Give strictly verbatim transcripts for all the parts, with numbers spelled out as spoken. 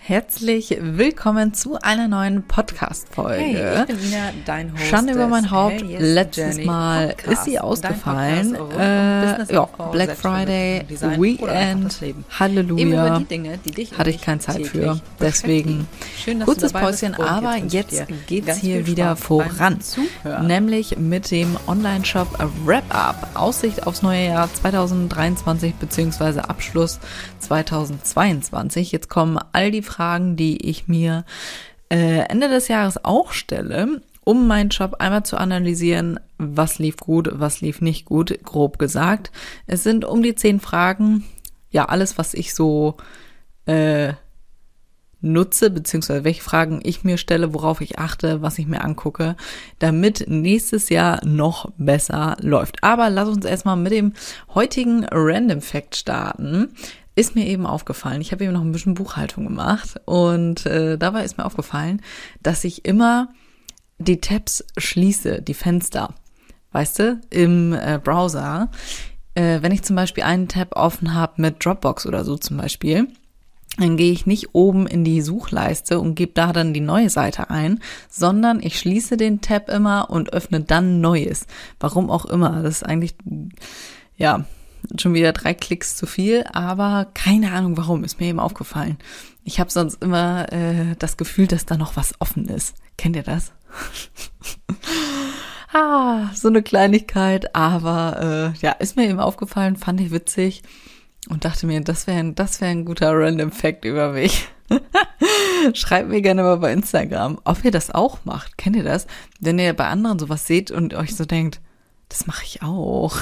Herzlich willkommen zu einer neuen Podcast-Folge. Hey, ich bin Ina, dein Host. Schande über mein Haupt. Hey, Letztes Journey Mal Podcast. ist sie ausgefallen. Dein Podcast Äh, ja, Businessaufbau, Black Friday, Design oder einfach Weekend, das Leben. Eben über Halleluja. die Dinge, die dich und Hatte ich mich keine Zeit für. täglich Deswegen Schön, dass kurzes du dabei Päuschen, bist. Und aber wünsche ich jetzt dir geht's ganz hier viel wieder Spaß voran. beim Zuhören. Nämlich mit dem Online-Shop Wrap-Up. Aussicht aufs neue Jahr zwanzig dreiundzwanzig bzw. Abschluss zwanzig zweiundzwanzig. Jetzt kommen all die Fragen, die ich mir äh, Ende des Jahres auch stelle, um meinen Shop einmal zu analysieren, was lief gut, was lief nicht gut, grob gesagt. Es sind um die zehn Fragen, ja, alles, was ich so äh, nutze, beziehungsweise welche Fragen ich mir stelle, worauf ich achte, was ich mir angucke, damit nächstes Jahr noch besser läuft. Aber lass uns erstmal mit dem heutigen Random Fact starten. Ist mir eben aufgefallen, ich habe eben noch ein bisschen Buchhaltung gemacht und äh, dabei ist mir aufgefallen, dass ich immer die Tabs schließe, die Fenster, weißt du, im äh, Browser. Äh, wenn ich zum Beispiel einen Tab offen habe mit Dropbox oder so zum Beispiel, dann gehe ich nicht oben in die Suchleiste und gebe da dann die neue Seite ein, sondern ich schließe den Tab immer und öffne dann Neues. Warum auch immer, das ist eigentlich, ja, schon wieder drei Klicks zu viel, aber keine Ahnung warum, ist mir eben aufgefallen. Ich habe sonst immer äh, das Gefühl, dass da noch was offen ist. Kennt ihr das? ah, so eine Kleinigkeit, aber äh, ja, ist mir eben aufgefallen, fand ich witzig und dachte mir, das wäre das wäre ein guter Random Fact über mich. Schreibt mir gerne mal bei Instagram, ob ihr das auch macht. Kennt ihr das? Wenn ihr bei anderen sowas seht und euch so denkt, das mache ich auch.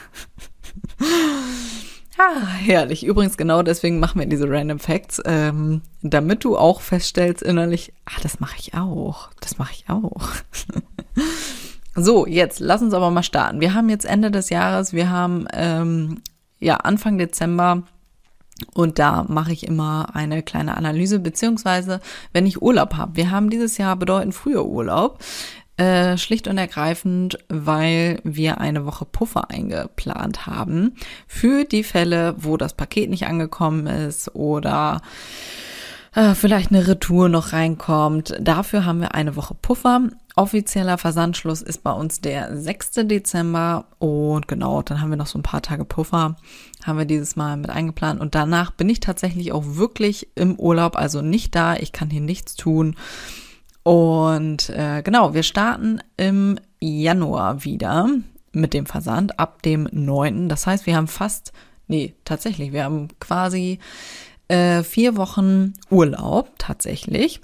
Ah, herrlich. Übrigens genau deswegen machen wir diese Random Facts, ähm, damit du auch feststellst innerlich, ah, das mache ich auch, das mache ich auch. So, jetzt lass uns aber mal starten. Wir haben jetzt Ende des Jahres, wir haben ähm, ja Anfang Dezember und da mache ich immer eine kleine Analyse, beziehungsweise wenn ich Urlaub habe. Wir haben dieses Jahr bedeutend früher Urlaub. Äh, schlicht und ergreifend, weil wir eine Woche Puffer eingeplant haben für die Fälle, wo das Paket nicht angekommen ist oder äh, vielleicht eine Retour noch reinkommt. Dafür haben wir eine Woche Puffer. Offizieller Versandschluss ist bei uns der sechster Dezember und genau, dann haben wir noch so ein paar Tage Puffer, haben wir dieses Mal mit eingeplant und danach bin ich tatsächlich auch wirklich im Urlaub, also nicht da, ich kann hier nichts tun. Und äh, genau, wir starten im Januar wieder mit dem Versand ab dem neunten Das heißt, wir haben fast, nee, tatsächlich, wir haben quasi äh, vier Wochen Urlaub tatsächlich.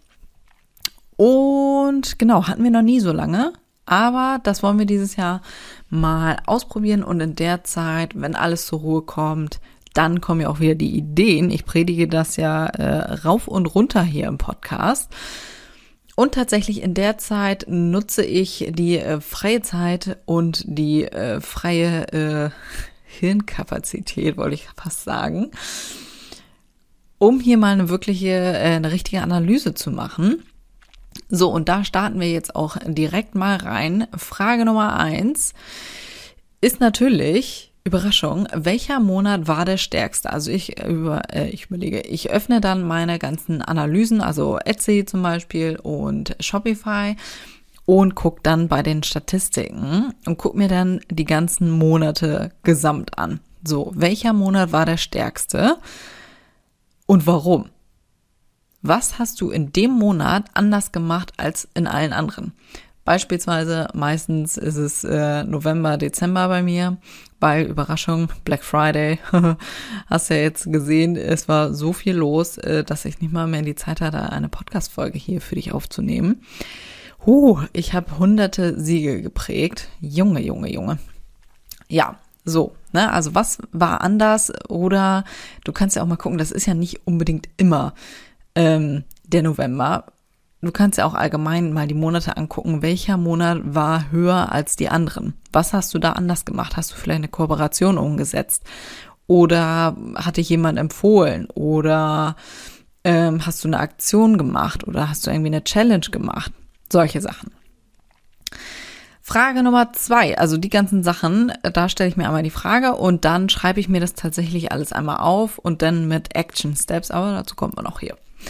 Und genau, hatten wir noch nie so lange, aber das wollen wir dieses Jahr mal ausprobieren und in der Zeit, wenn alles zur Ruhe kommt, dann kommen ja auch wieder die Ideen. Ich predige das ja äh, rauf und runter hier im Podcast. Und tatsächlich in der Zeit nutze ich die äh, freie Zeit und die äh, freie äh, Hirnkapazität, wollte ich fast sagen, um hier mal eine wirkliche, äh, eine richtige Analyse zu machen. So, und da starten wir jetzt auch direkt mal rein. Frage Nummer eins ist natürlich, Überraschung, welcher Monat war der stärkste? Also ich über äh, ich überlege, ich öffne dann meine ganzen Analysen, also Etsy zum Beispiel und Shopify und gucke dann bei den Statistiken und gucke mir dann die ganzen Monate gesamt an. So, welcher Monat war der stärkste und warum? Was hast du in dem Monat anders gemacht als in allen anderen? Beispielsweise meistens ist es äh, November, Dezember bei mir, weil Überraschung, Black Friday, hast ja jetzt gesehen, es war so viel los, äh, dass ich nicht mal mehr die Zeit hatte, eine Podcast-Folge hier für dich aufzunehmen. Huh, ich habe hunderte Siege geprägt. Junge, Junge, Junge. Ja, so, ne, also was war anders? Oder du kannst ja auch mal gucken, das ist ja nicht unbedingt immer ähm, der November. Du kannst ja auch allgemein mal die Monate angucken, welcher Monat war höher als die anderen. Was hast du da anders gemacht? Hast du vielleicht eine Kooperation umgesetzt? Oder hat dich jemand empfohlen? Oder ähm, hast du eine Aktion gemacht? Oder hast du irgendwie eine Challenge gemacht? Solche Sachen. Frage Nummer zwei, also die ganzen Sachen, da stelle ich mir einmal die Frage und dann schreibe ich mir das tatsächlich alles einmal auf und dann mit Action Steps, aber dazu kommt man auch hier.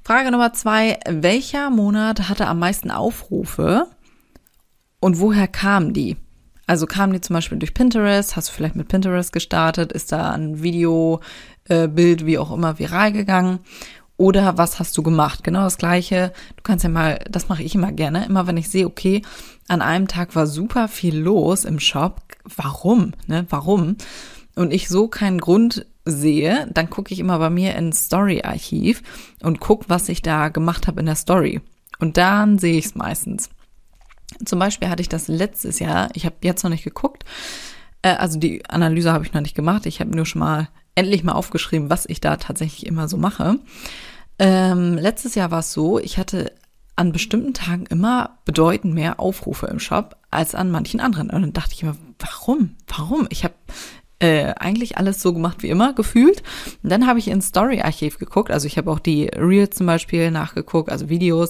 Frage Nummer zwei, welcher Monat hatte am meisten Aufrufe und woher kamen die? Also kamen die zum Beispiel durch Pinterest? Hast du vielleicht mit Pinterest gestartet? Ist da ein Video, äh, Bild, wie auch immer, viral gegangen? Oder was hast du gemacht? Genau das Gleiche. Du kannst ja mal, das mache ich immer gerne, immer wenn ich sehe, okay, an einem Tag war super viel los im Shop. Warum? Ne? Warum? Und ich so keinen Grund sehe, dann gucke ich immer bei mir ins Story-Archiv und gucke, was ich da gemacht habe in der Story. Und dann sehe ich es meistens. Zum Beispiel hatte ich das letztes Jahr, ich habe jetzt noch nicht geguckt, äh, also die Analyse habe ich noch nicht gemacht, ich habe nur schon mal endlich mal aufgeschrieben, was ich da tatsächlich immer so mache. Ähm, letztes Jahr war es so, ich hatte an bestimmten Tagen immer bedeutend mehr Aufrufe im Shop als an manchen anderen. Und dann dachte ich immer, warum? Warum? Ich habe äh, eigentlich alles so gemacht wie immer, gefühlt. Und dann habe ich ins Story-Archiv geguckt, also ich habe auch die Reels zum Beispiel nachgeguckt, also Videos,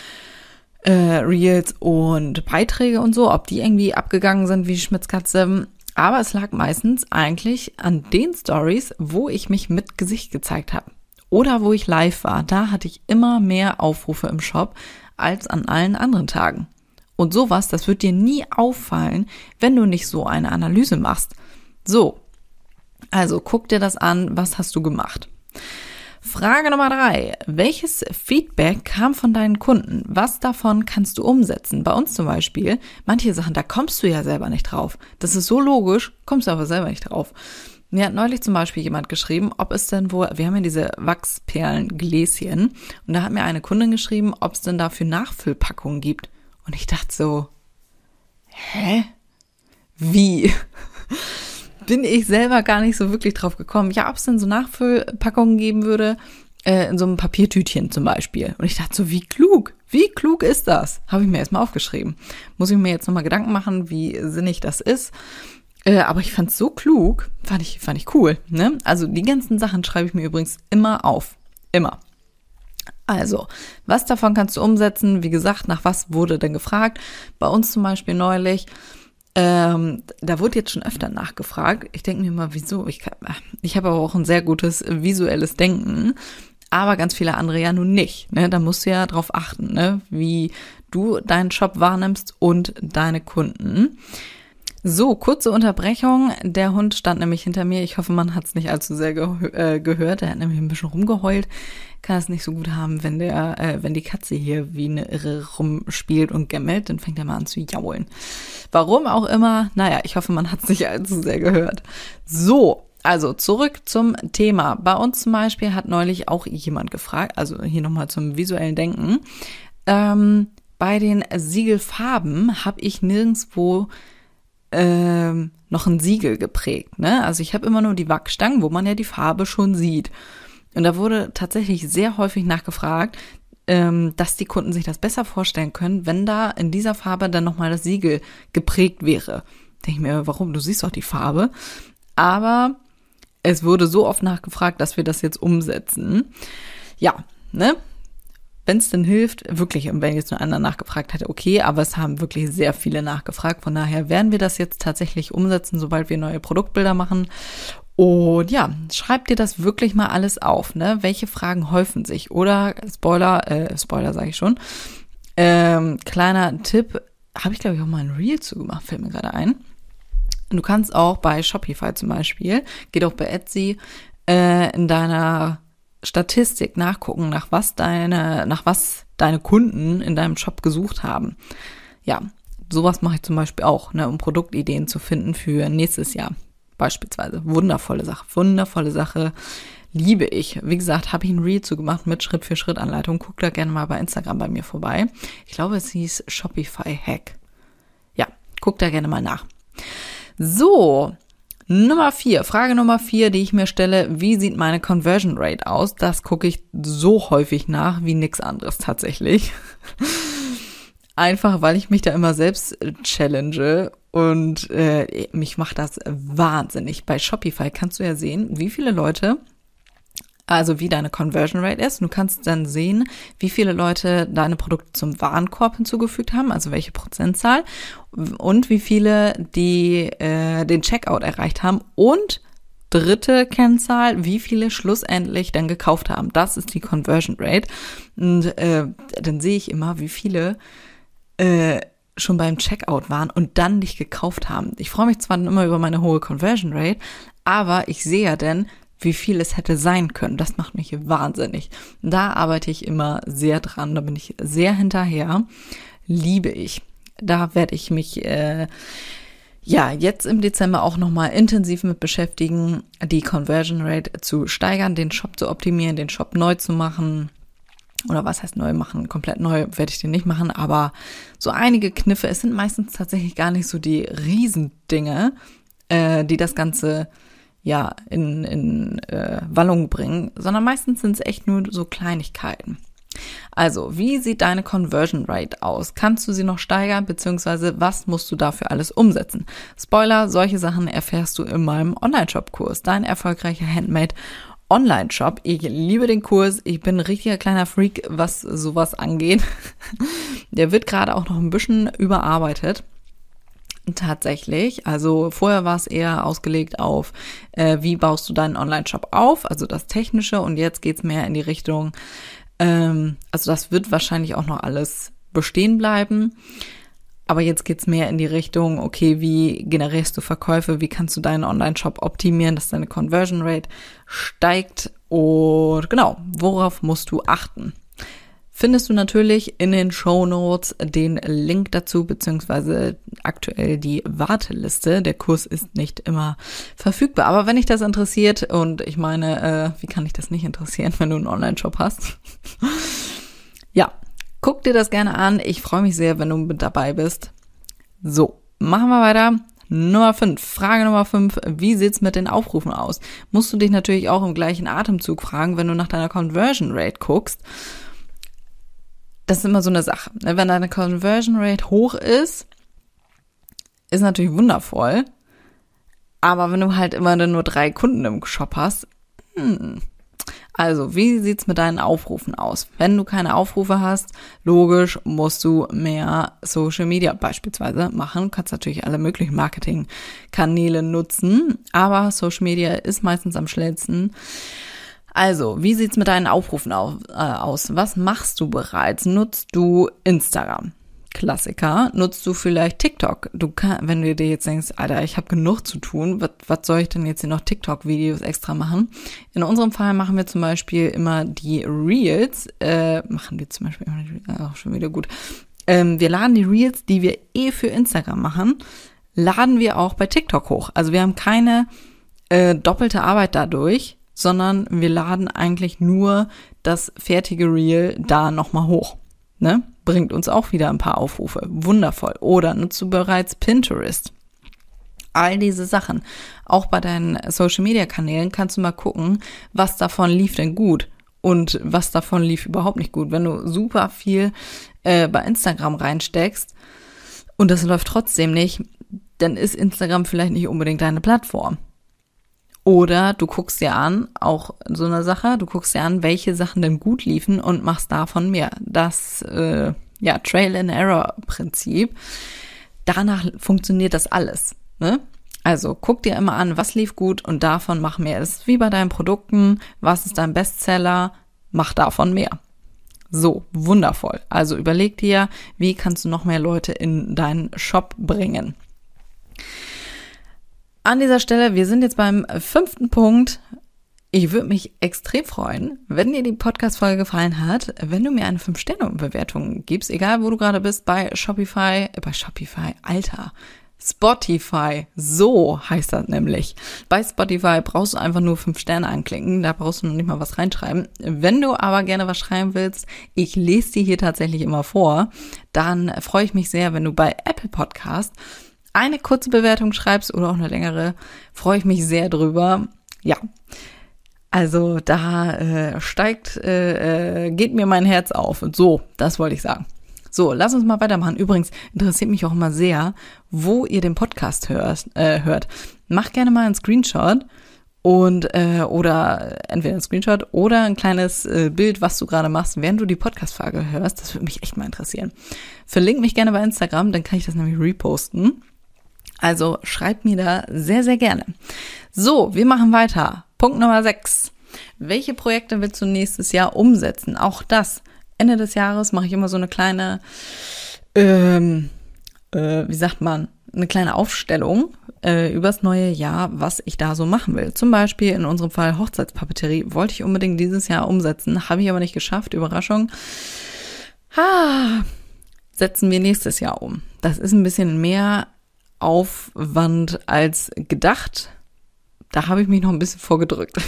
Äh, Reels und Beiträge und so, ob die irgendwie abgegangen sind wie Schmitzkatze. Aber es lag meistens eigentlich an den Stories, wo ich mich mit Gesicht gezeigt habe. Oder wo ich live war. Da hatte ich immer mehr Aufrufe im Shop als an allen anderen Tagen. Und sowas, das wird dir nie auffallen, wenn du nicht so eine Analyse machst. So, also guck dir das an, was hast du gemacht? Frage Nummer drei. Welches Feedback kam von deinen Kunden? Was davon kannst du umsetzen? Bei uns zum Beispiel, manche Sachen, da kommst du ja selber nicht drauf. Das ist so logisch, kommst du aber selber nicht drauf. Mir hat neulich zum Beispiel jemand geschrieben, ob es denn wohl, wir haben ja diese Wachsperlengläschen und da hat mir eine Kundin geschrieben, ob es denn dafür Nachfüllpackungen gibt. Und ich dachte so, hä? Wie? Bin ich selber gar nicht so wirklich drauf gekommen. Ja, ob es denn so Nachfüllpackungen geben würde, äh, in so einem Papiertütchen zum Beispiel. Und ich dachte so, wie klug, wie klug ist das? Habe ich mir erstmal aufgeschrieben. Muss ich mir jetzt nochmal Gedanken machen, wie sinnig das ist. Äh, aber ich fand es so klug, fand ich, fand ich cool. Ne? Also die ganzen Sachen schreibe ich mir übrigens immer auf. Immer. Also, was davon kannst du umsetzen? Wie gesagt, nach was wurde denn gefragt? Bei uns zum Beispiel neulich, Ähm, da wurde jetzt schon öfter nachgefragt. Ich denke mir mal, wieso? Ich, ich habe aber auch ein sehr gutes visuelles Denken, aber ganz viele andere ja nun nicht. Ne? Da musst du ja drauf achten, ne? Wie du deinen Shop wahrnimmst und deine Kunden. So, kurze Unterbrechung. Der Hund stand nämlich hinter mir. Ich hoffe, man hat es nicht allzu sehr gehö- äh, gehört. Er hat nämlich ein bisschen rumgeheult. Kann es nicht so gut haben, wenn der, äh, wenn die Katze hier wie eine Irre rumspielt und gemmelt, dann fängt er mal an zu jaulen. Warum auch immer. Naja, ich hoffe, man hat es nicht allzu sehr gehört. So, also zurück zum Thema. Bei uns zum Beispiel hat neulich auch jemand gefragt, also hier nochmal zum visuellen Denken. Ähm, bei den Siegelfarben habe ich nirgendwo Ähm, noch ein Siegel geprägt, ne? Also ich habe immer nur die Wachsstangen, wo man ja die Farbe schon sieht. Und da wurde tatsächlich sehr häufig nachgefragt, ähm, dass die Kunden sich das besser vorstellen können, wenn da in dieser Farbe dann nochmal das Siegel geprägt wäre. Denke ich mir, warum? Du siehst doch die Farbe. Aber es wurde so oft nachgefragt, dass wir das jetzt umsetzen. Ja, ne? Wenn es denn hilft, wirklich, und wenn jetzt nur einer nachgefragt hätte, okay, aber es haben wirklich sehr viele nachgefragt. Von daher werden wir das jetzt tatsächlich umsetzen, sobald wir neue Produktbilder machen. Und ja, schreib dir das wirklich mal alles auf, ne? Welche Fragen häufen sich? Oder Spoiler, äh, Spoiler sage ich schon. Ähm, kleiner Tipp, habe ich glaube ich auch mal ein Reel zu gemacht, fällt mir gerade ein. Du kannst auch bei Shopify zum Beispiel, geht auch bei Etsy, äh, in deiner Statistik nachgucken, nach was deine, nach was deine Kunden in deinem Shop gesucht haben. Ja, sowas mache ich zum Beispiel auch, ne, um Produktideen zu finden für nächstes Jahr beispielsweise. Wundervolle Sache, wundervolle Sache, liebe ich. Wie gesagt, habe ich ein Reel zu gemacht mit Schritt-für-Schritt-Anleitung. Guck da gerne mal bei Instagram bei mir vorbei. Ich glaube, es hieß Shopify Hack. Ja, guck da gerne mal nach. So, Nummer vier, Frage Nummer vier, die ich mir stelle, wie sieht meine Conversion Rate aus? Das gucke ich so häufig nach wie nix anderes tatsächlich. Einfach, weil ich mich da immer selbst challenge und äh, mich macht das wahnsinnig. Bei Shopify kannst du ja sehen, wie viele Leute, also wie deine Conversion Rate ist. Du kannst dann sehen, wie viele Leute deine Produkte zum Warenkorb hinzugefügt haben, also welche Prozentzahl und wie viele die äh, den Checkout erreicht haben und dritte Kennzahl, wie viele schlussendlich dann gekauft haben. Das ist die Conversion Rate. Und äh, dann sehe ich immer, wie viele äh, schon beim Checkout waren und dann nicht gekauft haben. Ich freue mich zwar dann immer über meine hohe Conversion Rate, aber ich sehe ja dann, wie viel es hätte sein können. Das macht mich wahnsinnig. Da arbeite ich immer sehr dran, da bin ich sehr hinterher. Liebe ich. Da werde ich mich äh, ja jetzt im Dezember auch nochmal intensiv mit beschäftigen, die Conversion Rate zu steigern, den Shop zu optimieren, den Shop neu zu machen. Oder was heißt neu machen? Komplett neu werde ich den nicht machen, aber so einige Kniffe. Es sind meistens tatsächlich gar nicht so die Riesendinge, äh, die das Ganze ja in, in äh, Wallung bringen, sondern meistens sind es echt nur so Kleinigkeiten. Also, wie sieht deine Conversion Rate aus? Kannst du sie noch steigern, beziehungsweise was musst du dafür alles umsetzen? Spoiler, solche Sachen erfährst du in meinem Online-Shop-Kurs, dein erfolgreicher Handmade Online-Shop. Ich liebe den Kurs. Ich bin ein richtiger kleiner Freak, was sowas angeht. Der wird gerade auch noch ein bisschen überarbeitet. Tatsächlich. Also vorher war es eher ausgelegt auf, äh, wie baust du deinen Online-Shop auf, also das Technische. Und jetzt geht's mehr in die Richtung, ähm, also das wird wahrscheinlich auch noch alles bestehen bleiben. Aber jetzt geht's mehr in die Richtung, okay, wie generierst du Verkäufe, wie kannst du deinen Online-Shop optimieren, dass deine Conversion Rate steigt und genau, worauf musst du achten? Findest du natürlich in den Shownotes den Link dazu, beziehungsweise aktuell die Warteliste. Der Kurs ist nicht immer verfügbar, aber wenn dich das interessiert und ich meine, äh, wie kann dich das nicht interessieren, wenn du einen Online-Shop hast? Ja. Guck dir das gerne an. Ich freue mich sehr, wenn du mit dabei bist. So, machen wir weiter. Nummer fünf. Frage Nummer fünf. Wie sieht's mit den Aufrufen aus? Musst du dich natürlich auch im gleichen Atemzug fragen, wenn du nach deiner Conversion Rate guckst. Das ist immer so eine Sache. Wenn deine Conversion Rate hoch ist, ist natürlich wundervoll. Aber wenn du halt immer nur drei Kunden im Shop hast, hm, also, wie sieht's mit deinen Aufrufen aus? Wenn du keine Aufrufe hast, logisch, musst du mehr Social Media beispielsweise machen. Du kannst natürlich alle möglichen Marketingkanäle nutzen, aber Social Media ist meistens am schnellsten. Also, wie sieht's mit deinen Aufrufen auf, äh, aus? Was machst du bereits? Nutzt du Instagram? Klassiker. Nutzt du vielleicht TikTok? Du kann, wenn du dir jetzt denkst, Alter, ich habe genug zu tun, was, was soll ich denn jetzt hier noch TikTok-Videos extra machen? In unserem Fall machen wir zum Beispiel immer die Reels, äh, machen wir zum Beispiel auch schon wieder gut. Ähm, wir laden die Reels, die wir eh für Instagram machen, laden wir auch bei TikTok hoch. Also wir haben keine äh, doppelte Arbeit dadurch, sondern wir laden eigentlich nur das fertige Reel da nochmal hoch. Ne? Bringt uns auch wieder ein paar Aufrufe. Wundervoll. Oder nutzt du bereits Pinterest? All diese Sachen. Auch bei deinen Social-Media-Kanälen kannst du mal gucken, was davon lief denn gut und was davon lief überhaupt nicht gut. Wenn du super viel äh, bei Instagram reinsteckst und das läuft trotzdem nicht, dann ist Instagram vielleicht nicht unbedingt deine Plattform. Oder du guckst dir an, auch so eine Sache, du guckst dir an, welche Sachen denn gut liefen und machst davon mehr. Das äh, ja Trail-and-Error-Prinzip. Danach funktioniert das alles. Ne? Also guck dir immer an, was lief gut und davon mach mehr. Das ist wie bei deinen Produkten. Was ist dein Bestseller? Mach davon mehr. So, wundervoll. Also überleg dir, wie kannst du noch mehr Leute in deinen Shop bringen. An dieser Stelle, wir sind jetzt beim fünften Punkt. Ich würde mich extrem freuen, wenn dir die Podcast-Folge gefallen hat, wenn du mir eine fünf Sterne Bewertung gibst, egal wo du gerade bist, bei Shopify, äh, bei Shopify, Alter, Spotify, so heißt das nämlich. Bei Spotify brauchst du einfach nur fünf Sterne anklicken, da brauchst du noch nicht mal was reinschreiben. Wenn du aber gerne was schreiben willst, ich lese dir hier tatsächlich immer vor, dann freue ich mich sehr, wenn du bei Apple Podcast eine kurze Bewertung schreibst oder auch eine längere, freue ich mich sehr drüber. Ja, also da äh, steigt, äh, geht mir mein Herz auf. Und so, das wollte ich sagen. So, lass uns mal weitermachen. Übrigens interessiert mich auch immer sehr, wo ihr den Podcast hörst, äh, hört. Mach gerne mal einen Screenshot und äh, oder entweder einen Screenshot oder ein kleines äh, Bild, was du gerade machst, während du die Podcast-Folge hörst. Das würde mich echt mal interessieren. Verlink mich gerne bei Instagram, dann kann ich das nämlich reposten. Also schreibt mir da sehr, sehr gerne. So, wir machen weiter. Punkt Nummer sechs. Welche Projekte willst du nächstes Jahr umsetzen? Auch das. Ende des Jahres mache ich immer so eine kleine, ähm, äh, wie sagt man, eine kleine Aufstellung äh, übers neue Jahr, was ich da so machen will. Zum Beispiel in unserem Fall Hochzeitspapeterie wollte ich unbedingt dieses Jahr umsetzen, habe ich aber nicht geschafft. Überraschung. Ah, setzen wir nächstes Jahr um. Das ist ein bisschen mehr Aufwand als gedacht. Da habe ich mich noch ein bisschen vorgedrückt.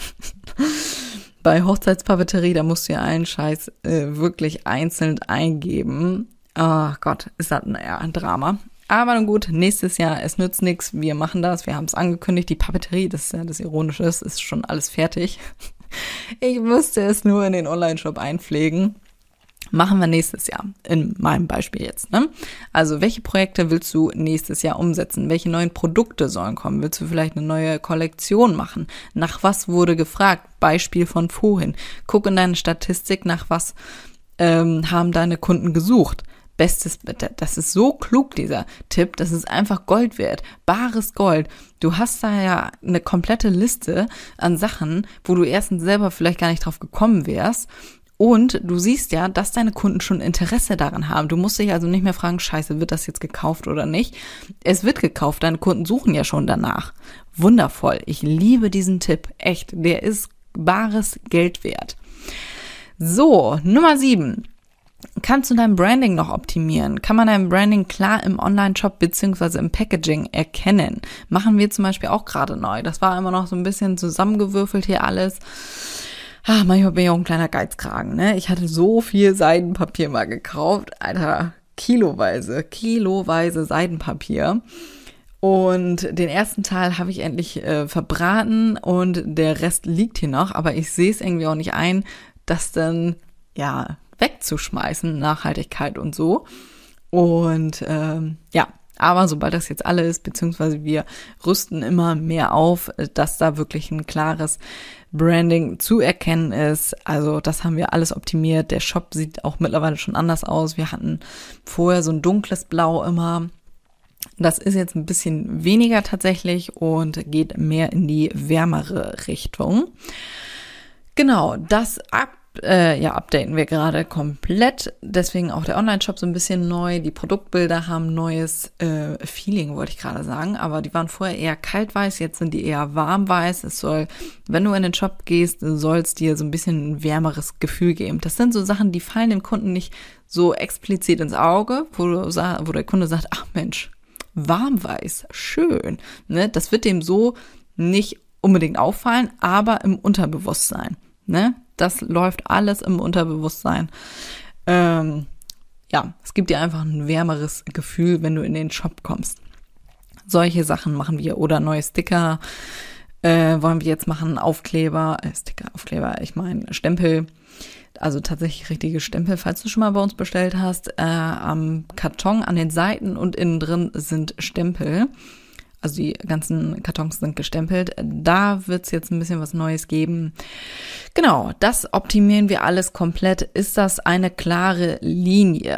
Bei Hochzeitspapeterie, da musst du ja allen Scheiß äh, wirklich einzeln eingeben. Ach Gott, ist das ein, ja, ein Drama. Aber nun gut, nächstes Jahr, es nützt nichts, wir machen das, wir haben es angekündigt, die Papeterie, das ist ja das Ironische, ist, ist schon alles fertig. Ich müsste es nur in den Online-Shop einpflegen. Machen wir nächstes Jahr, in meinem Beispiel jetzt, ne? Also, welche Projekte willst du nächstes Jahr umsetzen? Welche neuen Produkte sollen kommen? Willst du vielleicht eine neue Kollektion machen? Nach was wurde gefragt? Beispiel von vorhin. Guck in deine Statistik, nach was ähm, haben deine Kunden gesucht. Bestes, das ist so klug, dieser Tipp, das ist einfach Gold wert, bares Gold. Du hast da ja eine komplette Liste an Sachen, wo du erstens selber vielleicht gar nicht drauf gekommen wärst. Und du siehst ja, dass deine Kunden schon Interesse daran haben. Du musst dich also nicht mehr fragen, scheiße, wird das jetzt gekauft oder nicht? Es wird gekauft, deine Kunden suchen ja schon danach. Wundervoll, ich liebe diesen Tipp, echt, der ist bares Geld wert. So, Nummer sieben. Kannst du dein Branding noch optimieren? Kann man dein Branding klar im Online-Shop beziehungsweise im Packaging erkennen? Machen wir zum Beispiel auch gerade neu. Das war immer noch so ein bisschen zusammengewürfelt hier alles. Ah, manchmal bin ich auch ein kleiner Geizkragen, ne? Ich hatte so viel Seidenpapier mal gekauft. Alter, kiloweise, kiloweise Seidenpapier. Und den ersten Teil habe ich endlich äh, verbraten und der Rest liegt hier noch. Aber ich sehe es irgendwie auch nicht ein, das dann, ja, wegzuschmeißen, Nachhaltigkeit und so. Und ähm, ja, aber sobald das jetzt alle ist, beziehungsweise wir rüsten immer mehr auf, dass da wirklich ein klares Branding zu erkennen ist. Also das haben wir alles optimiert. Der Shop sieht auch mittlerweile schon anders aus. Wir hatten vorher so ein dunkles Blau immer. Das ist jetzt ein bisschen weniger tatsächlich und geht mehr in die wärmere Richtung. Genau, das ab Äh, ja, updaten wir gerade komplett. Deswegen auch der Online-Shop so ein bisschen neu. Die Produktbilder haben neues äh, Feeling, wollte ich gerade sagen. Aber die waren vorher eher kaltweiß, jetzt sind die eher warmweiß. Es soll, wenn du in den Shop gehst, soll es dir so ein bisschen ein wärmeres Gefühl geben. Das sind so Sachen, die fallen dem Kunden nicht so explizit ins Auge, wo, du, wo der Kunde sagt, ach Mensch, warmweiß, schön. Ne? Das wird dem so nicht unbedingt auffallen, aber im Unterbewusstsein. Ne? Das läuft alles im Unterbewusstsein. Ähm, ja, es gibt dir einfach ein wärmeres Gefühl, wenn du in den Shop kommst. Solche Sachen machen wir. Oder neue Sticker äh, wollen wir jetzt machen, Aufkleber, äh, Sticker, Aufkleber, ich meine Stempel. Also tatsächlich richtige Stempel, falls du schon mal bei uns bestellt hast. Äh, am Karton, an den Seiten und innen drin sind Stempel. Also die ganzen Kartons sind gestempelt. Da wird es jetzt ein bisschen was Neues geben. Genau, das optimieren wir alles komplett. Ist das eine klare Linie?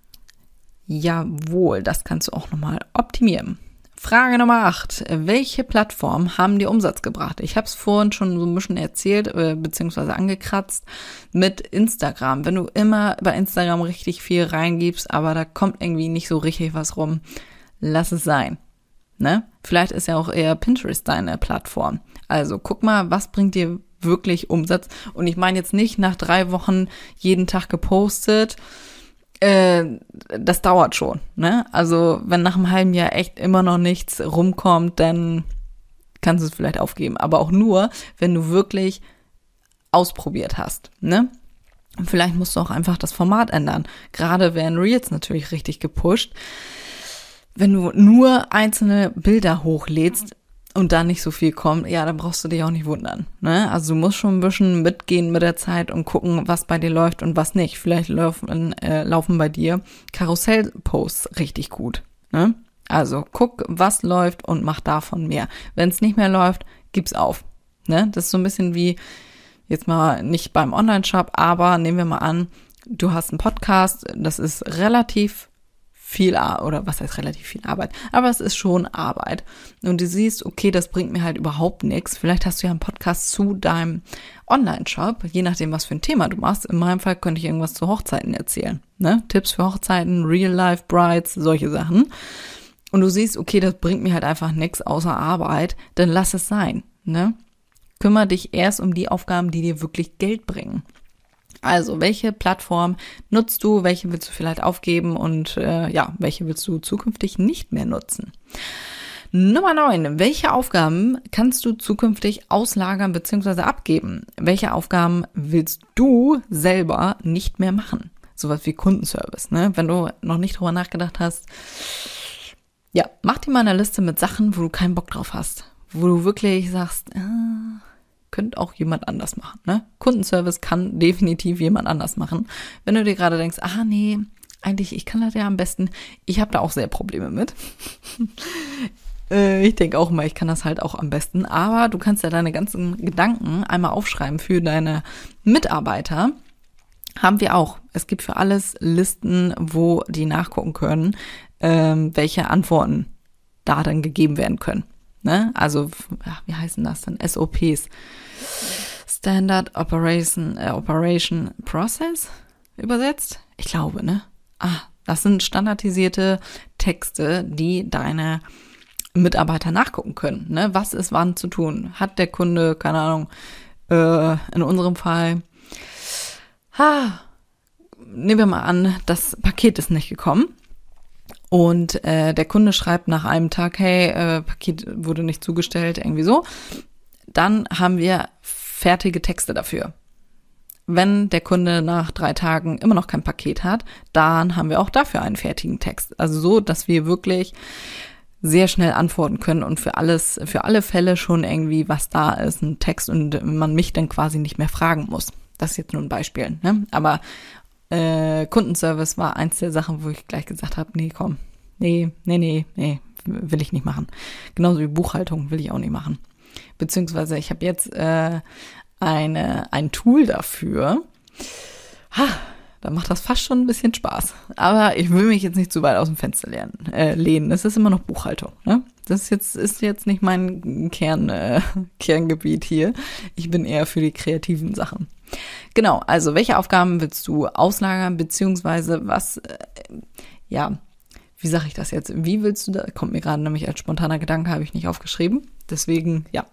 Jawohl, das kannst du auch nochmal optimieren. Frage Nummer acht. Welche Plattformen haben dir Umsatz gebracht? Ich habe es vorhin schon so ein bisschen erzählt, äh, beziehungsweise angekratzt mit Instagram. Wenn du immer bei Instagram richtig viel reingibst, aber da kommt irgendwie nicht so richtig was rum, lass es sein. Ne? Vielleicht ist ja auch eher Pinterest deine Plattform. Also guck mal, was bringt dir wirklich Umsatz? Und ich meine jetzt nicht nach drei Wochen jeden Tag gepostet. Äh, das dauert schon. Ne? Also wenn nach einem halben Jahr echt immer noch nichts rumkommt, dann kannst du es vielleicht aufgeben. Aber auch nur, wenn du wirklich ausprobiert hast. Ne? Vielleicht musst du auch einfach das Format ändern. Gerade werden Reels natürlich richtig gepusht. Wenn du nur einzelne Bilder hochlädst und da nicht so viel kommt, ja, dann brauchst du dich auch nicht wundern. Ne? Also du musst schon ein bisschen mitgehen mit der Zeit und gucken, was bei dir läuft und was nicht. Vielleicht laufen, äh, laufen bei dir Karussell-Posts richtig gut. Ne? Also guck, was läuft und mach davon mehr. Wenn es nicht mehr läuft, gib's auf. Ne? Das ist so ein bisschen wie, jetzt mal nicht beim Online-Shop, aber nehmen wir mal an, du hast einen Podcast, das ist relativ viel Arbeit, oder was heißt relativ viel Arbeit, aber es ist schon Arbeit. Und du siehst, okay, das bringt mir halt überhaupt nichts. Vielleicht hast du ja einen Podcast zu deinem Online-Shop, je nachdem, was für ein Thema du machst. In meinem Fall könnte ich irgendwas zu Hochzeiten erzählen, ne? Tipps für Hochzeiten, Real-Life-Brides, solche Sachen. Und du siehst, okay, das bringt mir halt einfach nichts außer Arbeit, dann lass es sein, ne? Kümmere dich erst um die Aufgaben, die dir wirklich Geld bringen. Also, welche Plattform nutzt du, welche willst du vielleicht aufgeben und äh, ja, welche willst du zukünftig nicht mehr nutzen? Nummer neun. Welche Aufgaben kannst du zukünftig auslagern bzw. abgeben? Welche Aufgaben willst du selber nicht mehr machen? Sowas wie Kundenservice, ne? Wenn du noch nicht drüber nachgedacht hast, ja, mach dir mal eine Liste mit Sachen, wo du keinen Bock drauf hast. Wo du wirklich sagst, ah, könnte auch jemand anders machen, ne? Kundenservice kann definitiv jemand anders machen. Wenn du dir gerade denkst, ah nee, eigentlich, ich kann das ja am besten. Ich habe da auch sehr Probleme mit. äh, ich denke auch immer, ich kann das halt auch am besten. Aber du kannst ja deine ganzen Gedanken einmal aufschreiben für deine Mitarbeiter. Haben wir auch. Es gibt für alles Listen, wo die nachgucken können, ähm, welche Antworten da dann gegeben werden können. Ne? Also, ja, wie heißen das denn? S O Ps. Standard Operation, äh, Operation Process übersetzt? Ich glaube, ne? Ah, das sind standardisierte Texte, die deine Mitarbeiter nachgucken können. Ne? Was ist wann zu tun? Hat der Kunde, keine Ahnung, äh, in unserem Fall, ha, nehmen wir mal an, das Paket ist nicht gekommen. Und äh, der Kunde schreibt nach einem Tag, hey, äh, Paket wurde nicht zugestellt, irgendwie so. Dann haben wir fertige Texte dafür. Wenn der Kunde nach drei Tagen immer noch kein Paket hat, dann haben wir auch dafür einen fertigen Text. Also so, dass wir wirklich sehr schnell antworten können und für alles, für alle Fälle schon irgendwie, was da ist, ein Text und man mich dann quasi nicht mehr fragen muss. Das ist jetzt nur ein Beispiel, ne? Aber Äh, Kundenservice war eins der Sachen, wo ich gleich gesagt habe, nee, komm, nee, nee, nee, nee, will ich nicht machen. Genauso wie Buchhaltung will ich auch nicht machen. Beziehungsweise ich habe jetzt äh, eine ein Tool dafür. Ha, da macht das fast schon ein bisschen Spaß. Aber ich will mich jetzt nicht zu weit aus dem Fenster lernen, äh, lehnen. Es ist immer noch Buchhaltung, ne? Das ist jetzt, ist jetzt nicht mein Kern, äh, Kerngebiet hier. Ich bin eher für die kreativen Sachen. Genau, also welche Aufgaben willst du auslagern, beziehungsweise was, äh, ja, wie sage ich das jetzt? Wie willst du da, kommt mir gerade nämlich als spontaner Gedanke, habe ich nicht aufgeschrieben. Deswegen, ja.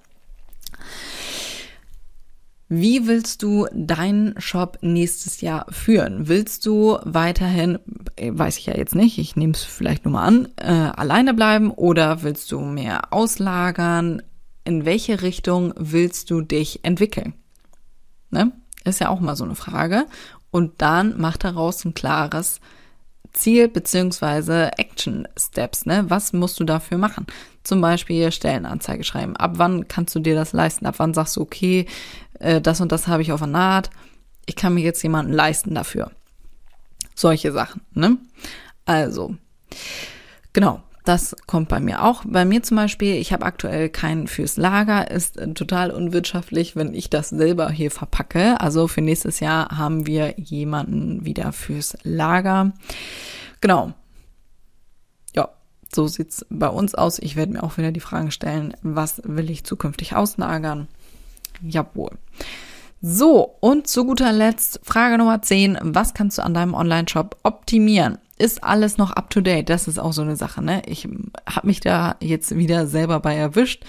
Wie willst du deinen Shop nächstes Jahr führen? Willst du weiterhin, weiß ich ja jetzt nicht, ich nehme es vielleicht nur mal an, äh, alleine bleiben oder willst du mehr auslagern? In welche Richtung willst du dich entwickeln? Ne? Ist ja auch mal so eine Frage. Und dann mach daraus ein klares Ziel beziehungsweise Action Steps. Ne? Was musst du dafür machen? Zum Beispiel Stellenanzeige schreiben. Ab wann kannst du dir das leisten? Ab wann sagst du, okay, äh, das und das habe ich auf der Naht. Ich kann mir jetzt jemanden leisten dafür. Solche Sachen. Ne? Also, genau. Das kommt bei mir auch. Bei mir zum Beispiel, ich habe aktuell keinen fürs Lager, ist total unwirtschaftlich, wenn ich das selber hier verpacke. Also für nächstes Jahr haben wir jemanden wieder fürs Lager. Genau. Ja, so sieht's bei uns aus. Ich werde mir auch wieder die Fragen stellen, was will ich zukünftig auslagern? Jawohl. So, und zu guter Letzt Frage Nummer zehn. Was kannst du an deinem Online-Shop optimieren? Ist alles noch up to date? Das ist auch so eine Sache, ne? Ich habe mich da jetzt wieder selber bei erwischt.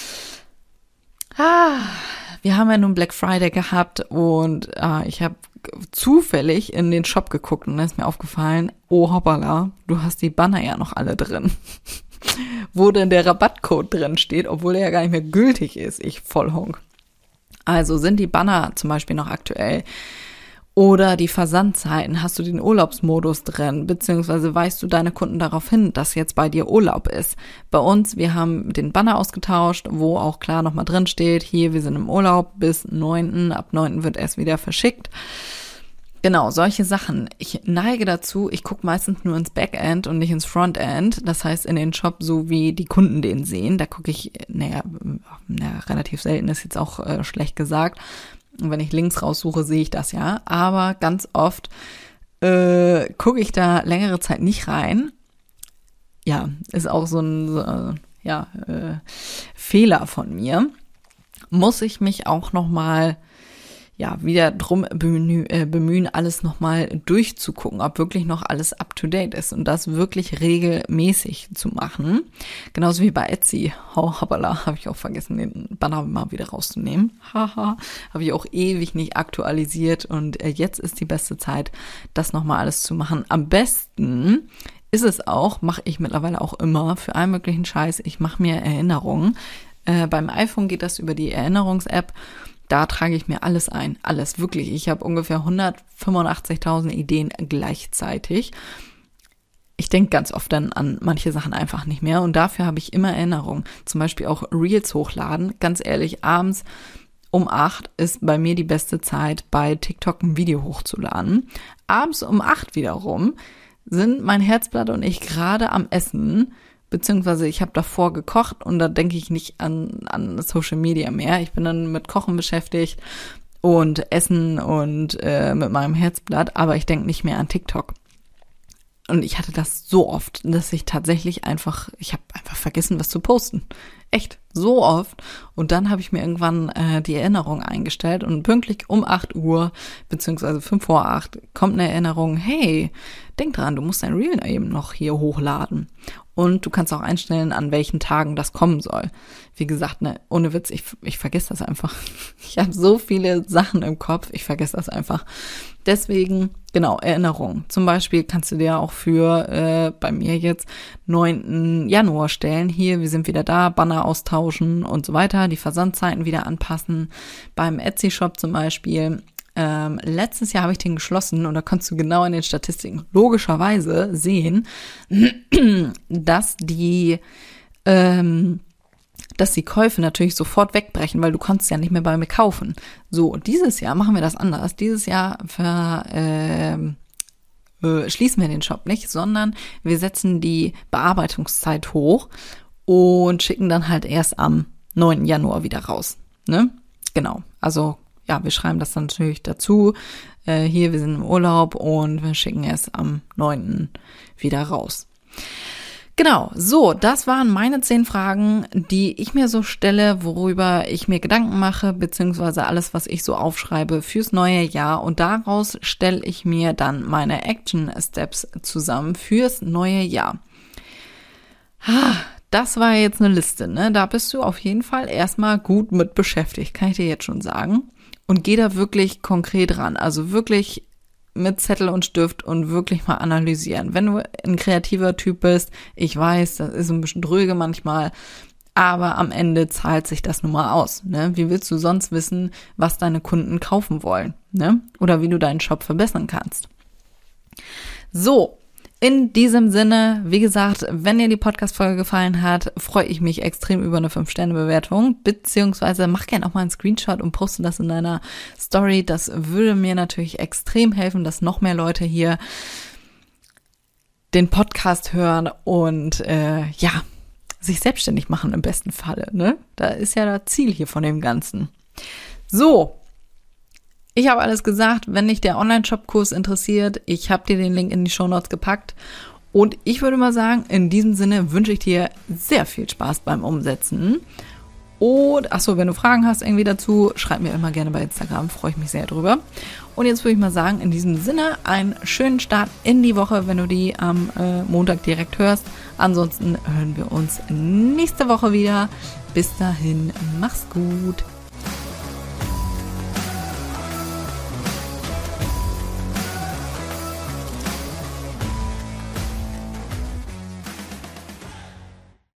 Ah, wir haben ja nun Black Friday gehabt und ah, ich habe zufällig in den Shop geguckt und da ist mir aufgefallen, oh hoppala, du hast die Banner ja noch alle drin. Wo denn der Rabattcode drin steht, obwohl der ja gar nicht mehr gültig ist. Ich Vollhonk. Also sind die Banner zum Beispiel noch aktuell? Oder die Versandzeiten, hast du den Urlaubsmodus drin, beziehungsweise weist du deine Kunden darauf hin, dass jetzt bei dir Urlaub ist. Bei uns, wir haben den Banner ausgetauscht, wo auch klar nochmal drin steht, hier, wir sind im Urlaub bis neunten Ab neunten wird erst wieder verschickt. Genau, solche Sachen. Ich neige dazu, ich gucke meistens nur ins Backend und nicht ins Frontend. Das heißt, in den Shop, so wie die Kunden den sehen, da gucke ich, naja, naja, relativ selten, ist jetzt auch äh, schlecht gesagt. Und wenn ich Links raussuche, sehe ich das ja. Aber ganz oft äh, gucke ich da längere Zeit nicht rein ja, ist auch so ein so, äh, ja, äh, Fehler von mir, muss ich mich auch nochmal ja, wieder drum bemühen, äh, bemühen, alles nochmal durchzugucken, ob wirklich noch alles up to date ist und das wirklich regelmäßig zu machen. Genauso wie bei Etsy. Oh, hoppala, habe ich auch vergessen, den Banner mal wieder rauszunehmen. Haha, habe ich auch ewig nicht aktualisiert und äh, jetzt ist die beste Zeit, das nochmal alles zu machen. Am besten ist es auch, mache ich mittlerweile auch immer, für allen möglichen Scheiß, ich mache mir Erinnerungen. Äh, beim iPhone geht das über die Erinnerungs-App. Da trage ich mir alles ein, alles, wirklich. Ich habe ungefähr hundertfünfundachtzigtausend Ideen gleichzeitig. Ich denke ganz oft dann an manche Sachen einfach nicht mehr und dafür habe ich immer Erinnerungen. Zum Beispiel auch Reels hochladen. Ganz ehrlich, abends um acht ist bei mir die beste Zeit, bei TikTok ein Video hochzuladen. Abends um acht wiederum sind mein Herzblatt und ich gerade am Essen, beziehungsweise ich habe davor gekocht und da denke ich nicht an, an Social Media mehr. Ich bin dann mit Kochen beschäftigt und Essen und äh, mit meinem Herzblatt, aber ich denke nicht mehr an TikTok. Und ich hatte das so oft, dass ich tatsächlich einfach, ich habe einfach vergessen, was zu posten. Echt, so oft. Und dann habe ich mir irgendwann äh, die Erinnerung eingestellt und pünktlich um acht Uhr, beziehungsweise fünf vor acht, kommt eine Erinnerung, hey, denk dran, du musst dein Reel eben noch hier hochladen. Und du kannst auch einstellen, an welchen Tagen das kommen soll. Wie gesagt, ne, ohne Witz, ich, ich vergesse das einfach. Ich habe so viele Sachen im Kopf, ich vergesse das einfach. Deswegen, genau, Erinnerung. Zum Beispiel kannst du dir auch für, äh, bei mir jetzt, neunten Januar stellen. Hier, wir sind wieder da, Banner austauschen und so weiter, die Versandzeiten wieder anpassen. Beim Etsy-Shop zum Beispiel. Ähm, letztes Jahr habe ich den geschlossen und da kannst du genau in den Statistiken logischerweise sehen, dass die, ähm, dass die Käufe natürlich sofort wegbrechen, weil du konntest ja nicht mehr bei mir kaufen. So, dieses Jahr machen wir das anders. Dieses Jahr ver, ähm, äh, schließen wir den Shop nicht, sondern wir setzen die Bearbeitungszeit hoch und schicken dann halt erst am neunten Januar wieder raus. Ne? Genau, also ja, wir schreiben das dann natürlich dazu. Äh, hier, wir sind im Urlaub und wir schicken es am neunten wieder raus. Genau, so, das waren meine zehn Fragen, die ich mir so stelle, worüber ich mir Gedanken mache, beziehungsweise alles, was ich so aufschreibe fürs neue Jahr. Und daraus stelle ich mir dann meine Action Steps zusammen fürs neue Jahr. Das war jetzt eine Liste, ne? Da bist du auf jeden Fall erstmal gut mit beschäftigt, kann ich dir jetzt schon sagen. Und geh da wirklich konkret ran, also wirklich mit Zettel und Stift und wirklich mal analysieren. Wenn du ein kreativer Typ bist, ich weiß, das ist ein bisschen dröge manchmal, aber am Ende zahlt sich das nun mal aus. Ne? Wie willst du sonst wissen, was deine Kunden kaufen wollen? Ne? Oder wie du deinen Shop verbessern kannst? So. In diesem Sinne, wie gesagt, wenn dir die Podcast-Folge gefallen hat, freue ich mich extrem über eine fünf Sterne Bewertung, beziehungsweise mach gerne auch mal einen Screenshot und poste das in deiner Story. Das würde mir natürlich extrem helfen, dass noch mehr Leute hier den Podcast hören und äh, ja, sich selbstständig machen im besten Falle. Ne? Da ist ja das Ziel hier von dem Ganzen. So. Ich habe alles gesagt, wenn dich der Online-Shop-Kurs interessiert, ich habe dir den Link in die Shownotes gepackt und ich würde mal sagen, in diesem Sinne wünsche ich dir sehr viel Spaß beim Umsetzen und achso, wenn du Fragen hast irgendwie dazu, schreib mir immer gerne bei Instagram, freue ich mich sehr drüber. Und jetzt würde ich mal sagen, in diesem Sinne einen schönen Start in die Woche, wenn du die am äh, Montag direkt hörst. Ansonsten hören wir uns nächste Woche wieder. Bis dahin, mach's gut.